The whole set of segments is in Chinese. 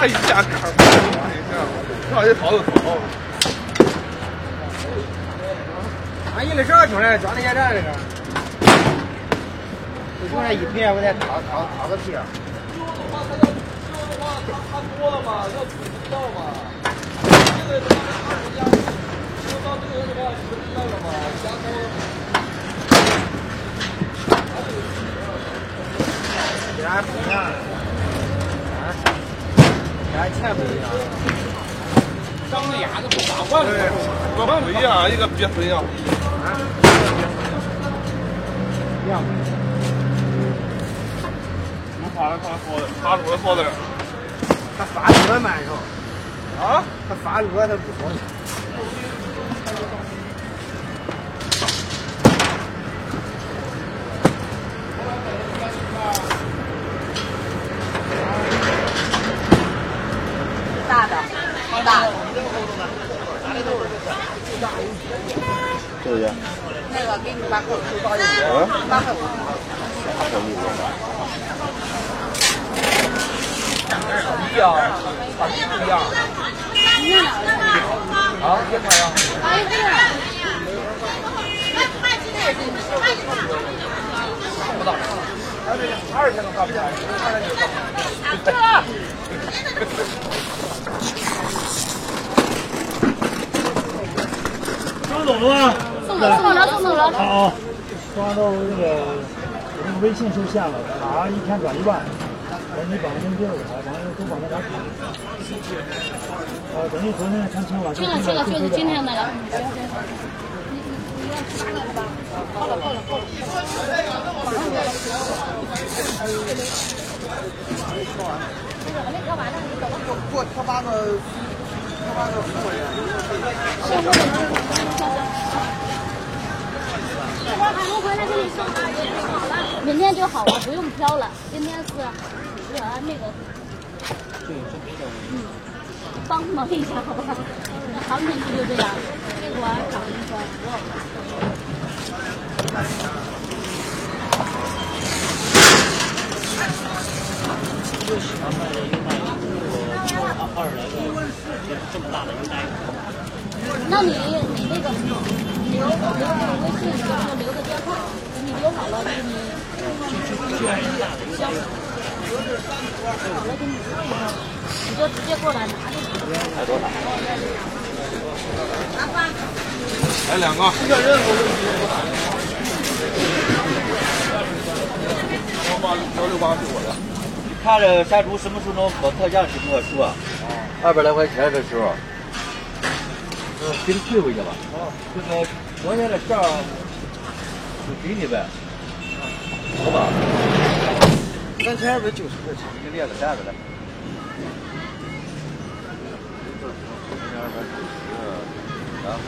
一下杆儿，这一跑就跑。 俺一个啥兄弟装的也这个，就兄弟一瓶我得掏个皮。 他多了嘛，要不知道嘛。现在到这个的话，你知道了嘛？加这还不一样，啊，这还钱不一样。 长的鸭子不大管， 个不一样，一个别不一样。 啊，一样。 能发的发出来好点。 他发热慢手。 啊？ 他发热他不说。 大的，大的。 这个那个给你8块5，8块5。 一样，不一样。啊，别看呀。看不到。20天都看不见，20天就看张总了吗？ 送走了。 好，装到那个用微信收线了，他一天赚1万，等你帮人给我，都帮他打钱。等你昨天看清了。 去了，就是今天那个。行。你要吃吧？够了。还没调完呢，你走吧。 给我调8个5块钱。 一会儿还能回来给你送，明天就好了，不用挑了。今天是那个，帮忙一下，好不好？行情就这样，这会儿涨一分。 就喜欢卖的牛奶，20来个，这么大的牛奶。 那你那个留个微信，就是留个电话，你留好了给你。行。好了给你说一下，你就直接过来拿就行。 才多少？ 拿吧。 来2个。 一个人我把168是我的。 看这山猪什么时候能搞特价什么时候啊？200来块钱的时候。给你退回去吧。这个昨天的账就给你呗，好吧 ？3290块钱， 你列个单子来。然后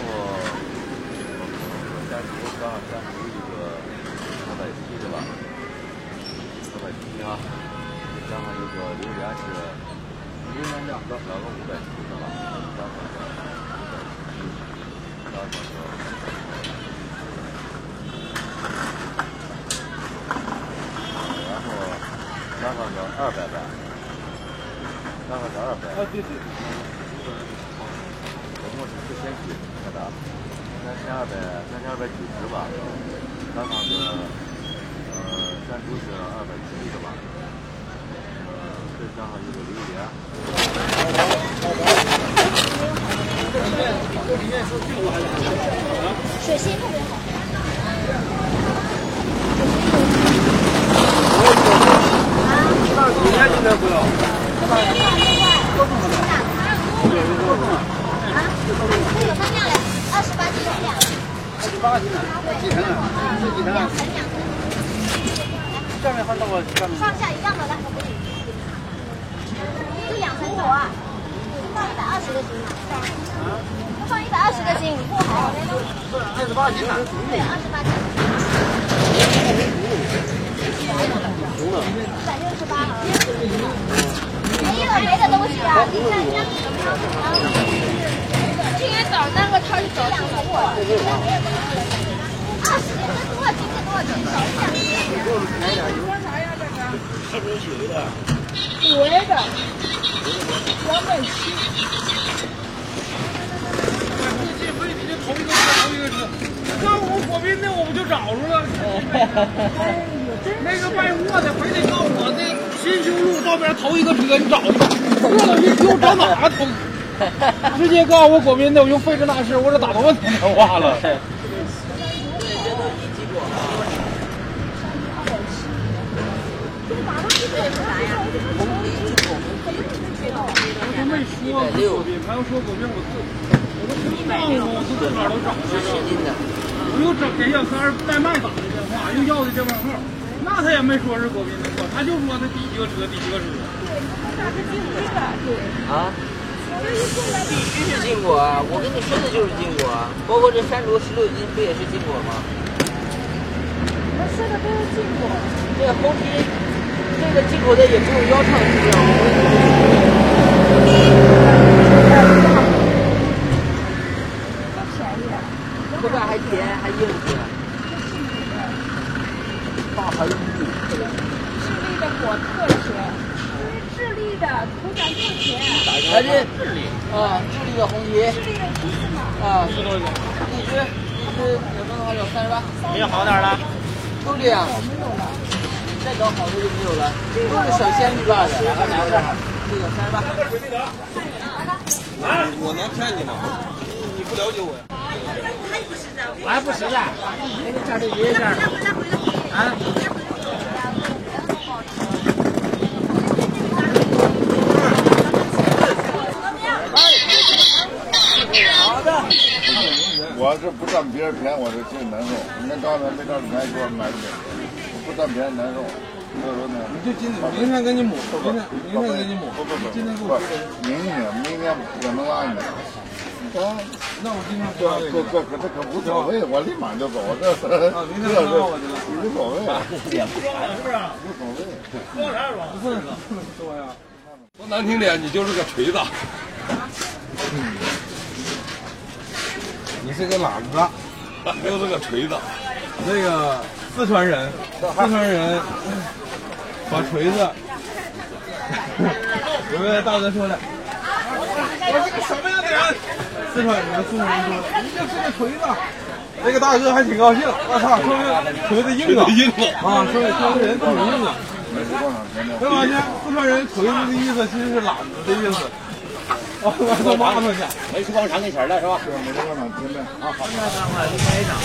山猪刚上山猪一个270的吧，270啊，然后一个榴莲是2个570的吧，然后200呗，然后是200。 对。 总共是4000几，看着3290吧。然后山猪是270的吧。再加上一个榴莲。 水性特别好。 那今天应该不要。 这有分量嘞，28斤一两。 28斤呢？几层啊？几层啊？下面还到我下面。 上下一样的，来，是2层头啊，放120个斤嘛。放120个斤，不好。 28斤呢？ 对，28斤。168啊。没有别的东西啊，今天早上那个他是早上给我20斤，这多少斤？这多少斤？少1两斤。 是不是有的？ 有的。 那我果斌的我不就找着了？那个卖货的非得到我那新修路道边头一个车，你找一个。这东西给我找哪头？直接告诉我果斌的，我就费这大事，我这打多少通电话了？我没说果斌，还要说果斌，我自个儿都找着了。我又整给小三儿代卖打的电话，又要的电话号，那他也没说是果斌的错，他就说他第几个车，第几个车。 啊？必须是禁果啊！我跟你说的就是禁果啊，包括这山竹16斤不也是禁果吗？ 那说的都是禁果。 这个红旗，这个进口的也只有腰秤是这样。口感还甜还硬气。 大还有智利的果特甜，智利的口感特甜。 还是智利啊，智利的红旗。 智利的橘子嘛。 啊，是多少？荔枝有没有多少？38。 没有好点了？ 都这样。再找好的就没有了，都是小仙女吧的。这个38。 我能骗你吗？你不了解我呀？ 哎，不是的，那个价得约一下。啊？ 我是不占别人便宜，我就心里难受。你看刚才没占便宜，给我买的，不占便宜难受。所以说呢， 你就今明天给你抹，明天给你抹。 不， 今天给我。 明天我能拉你。 那我今天这可无所谓，我立马就走。 明天拉我去了， 无所谓， 是不是？ 无所谓。 说啥软不能说呀？ 说难听点，你就是个锤子。 你是个懒子， 又是个锤子。 那个四川人把锤子，有位大哥说的，我是个什么样的人？四川人说的，你就是个锤子。那个大哥还挺高兴，我操，说明锤子硬啊，啊，说明人挺硬啊。会发现四川人锤子的意思其实是懒子的意思。我都骂他去， 没吃光尝给钱了是吧？ 是没这个哪听的啊？好。 那三块就开一张。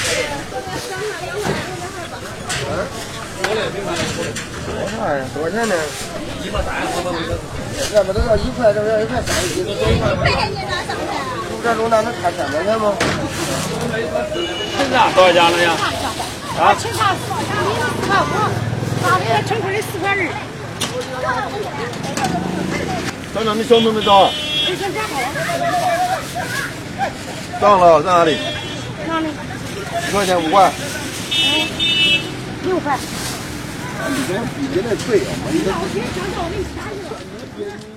多少呀？多少钱呢 1.3，要不都要1块，这要1块3，一个多1块。1块钱你拿什么呀？这中那能看3块钱吗？ 现在多少钱了呀？ 啊，清茶4块5，哪里成亏的4块2。 厂长，你小妹没到？到了，在哪里？ 哪里 1块钱5块。 6块。 你这比别人贵啊！ 老天想找那啥去了。